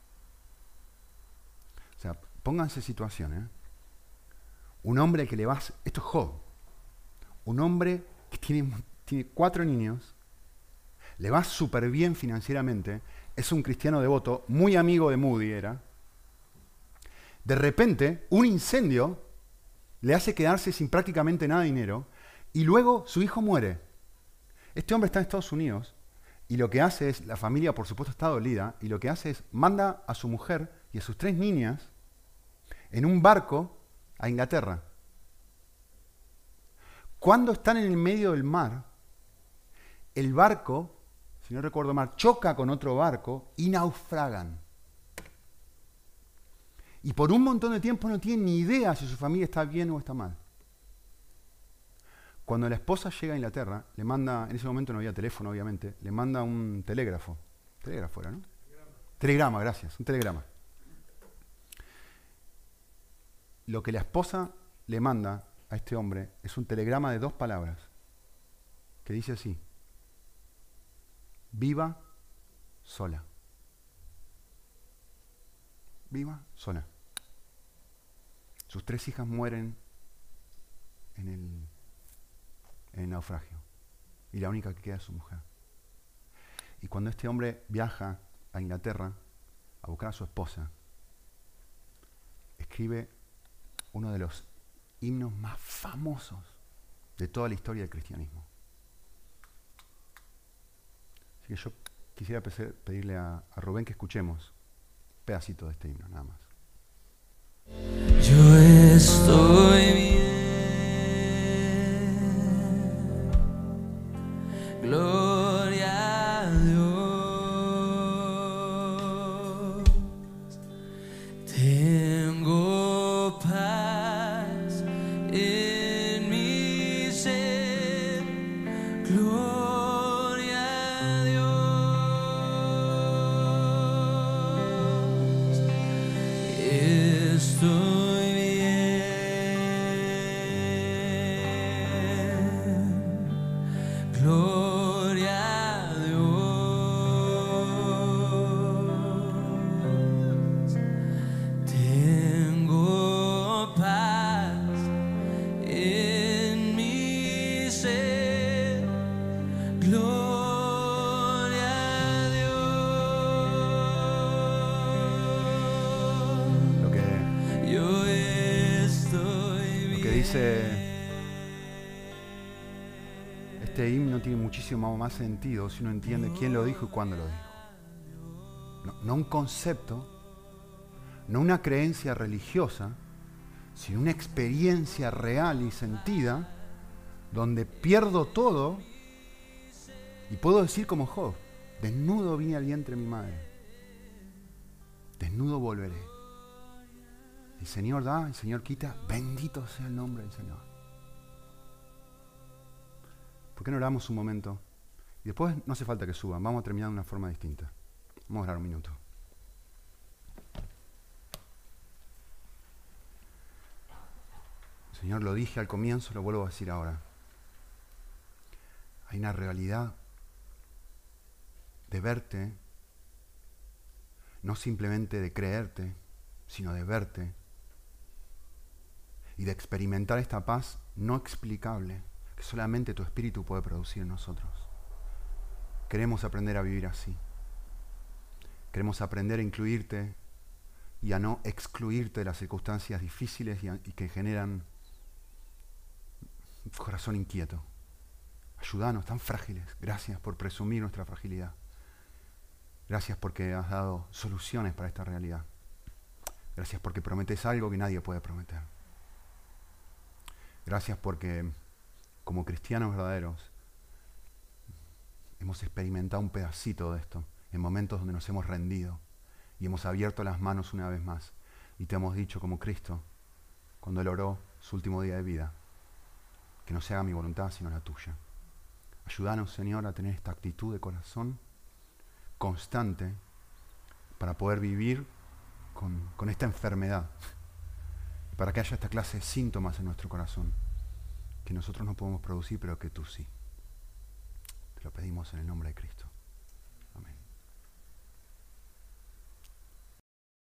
O sea, pónganse situación, ¿eh? Un hombre que le va... Esto es Job. Un hombre que tiene 4 niños, le va súper bien financieramente, es un cristiano devoto, muy amigo de Moody era. De repente, un incendio le hace quedarse sin prácticamente nada de dinero y luego su hijo muere. Este hombre está en Estados Unidos y lo que hace es, la familia por supuesto está dolida, y lo que hace es manda a su mujer y a sus 3 niñas en un barco a Inglaterra. Cuando están en el medio del mar, el barco, si no recuerdo mal, choca con otro barco y naufragan. Y por un montón de tiempo no tienen ni idea si su familia está bien o está mal. Cuando la esposa llega a Inglaterra, le manda, en ese momento no había teléfono obviamente, le manda un telégrafo. Telégrafo era, ¿no? Telegrama, gracias, un telegrama. Lo que la esposa le manda a este hombre es un telegrama de 2 palabras, que dice así: viva sola. Viva sola. Sus 3 hijas mueren en el naufragio. Y la única que queda es su mujer. Y cuando este hombre viaja a Inglaterra a buscar a su esposa, escribe uno de los himnos más famosos de toda la historia del cristianismo. Así que yo quisiera pedirle a Rubén que escuchemos un pedacito de este himno, nada más. Yo estoy bien, gloria a Dios, tengo paz en mi ser, gloria a Dios, estoy bien, gloria a Dios, tengo paz en mi ser, gloria a Dios. Lo que Yo estoy dice este himno tiene muchísimo más sentido si uno entiende quién lo dijo y cuándo lo dijo. No un concepto, no una creencia religiosa, sino una experiencia real y sentida donde pierdo todo y puedo decir como Job: desnudo vine al vientre de mi madre, desnudo volveré. El Señor da, el Señor quita, bendito sea el nombre del Señor. ¿Por qué no oramos un momento? Y después no hace falta que suban, vamos a terminar de una forma distinta. Vamos a orar un minuto. Señor, lo dije al comienzo, lo vuelvo a decir ahora. Hay una realidad de verte, no simplemente de creerte, sino de verte y de experimentar esta paz no explicable que solamente tu Espíritu puede producir en nosotros. Queremos aprender a vivir así. Queremos aprender a incluirte y a no excluirte de las circunstancias difíciles y que generan un corazón inquieto. Ayúdanos, tan frágiles. Gracias por presumir nuestra fragilidad. Gracias porque has dado soluciones para esta realidad. Gracias porque prometes algo que nadie puede prometer. Gracias porque como cristianos verdaderos hemos experimentado un pedacito de esto en momentos donde nos hemos rendido y hemos abierto las manos una vez más y te hemos dicho como Cristo cuando Él oró su último día de vida, que no se haga mi voluntad sino la tuya. Ayúdanos, Señor, a tener esta actitud de corazón constante para poder vivir con esta enfermedad, para que haya esta clase de síntomas en nuestro corazón que nosotros no podemos producir, pero que tú sí. Te lo pedimos en el nombre de Cristo.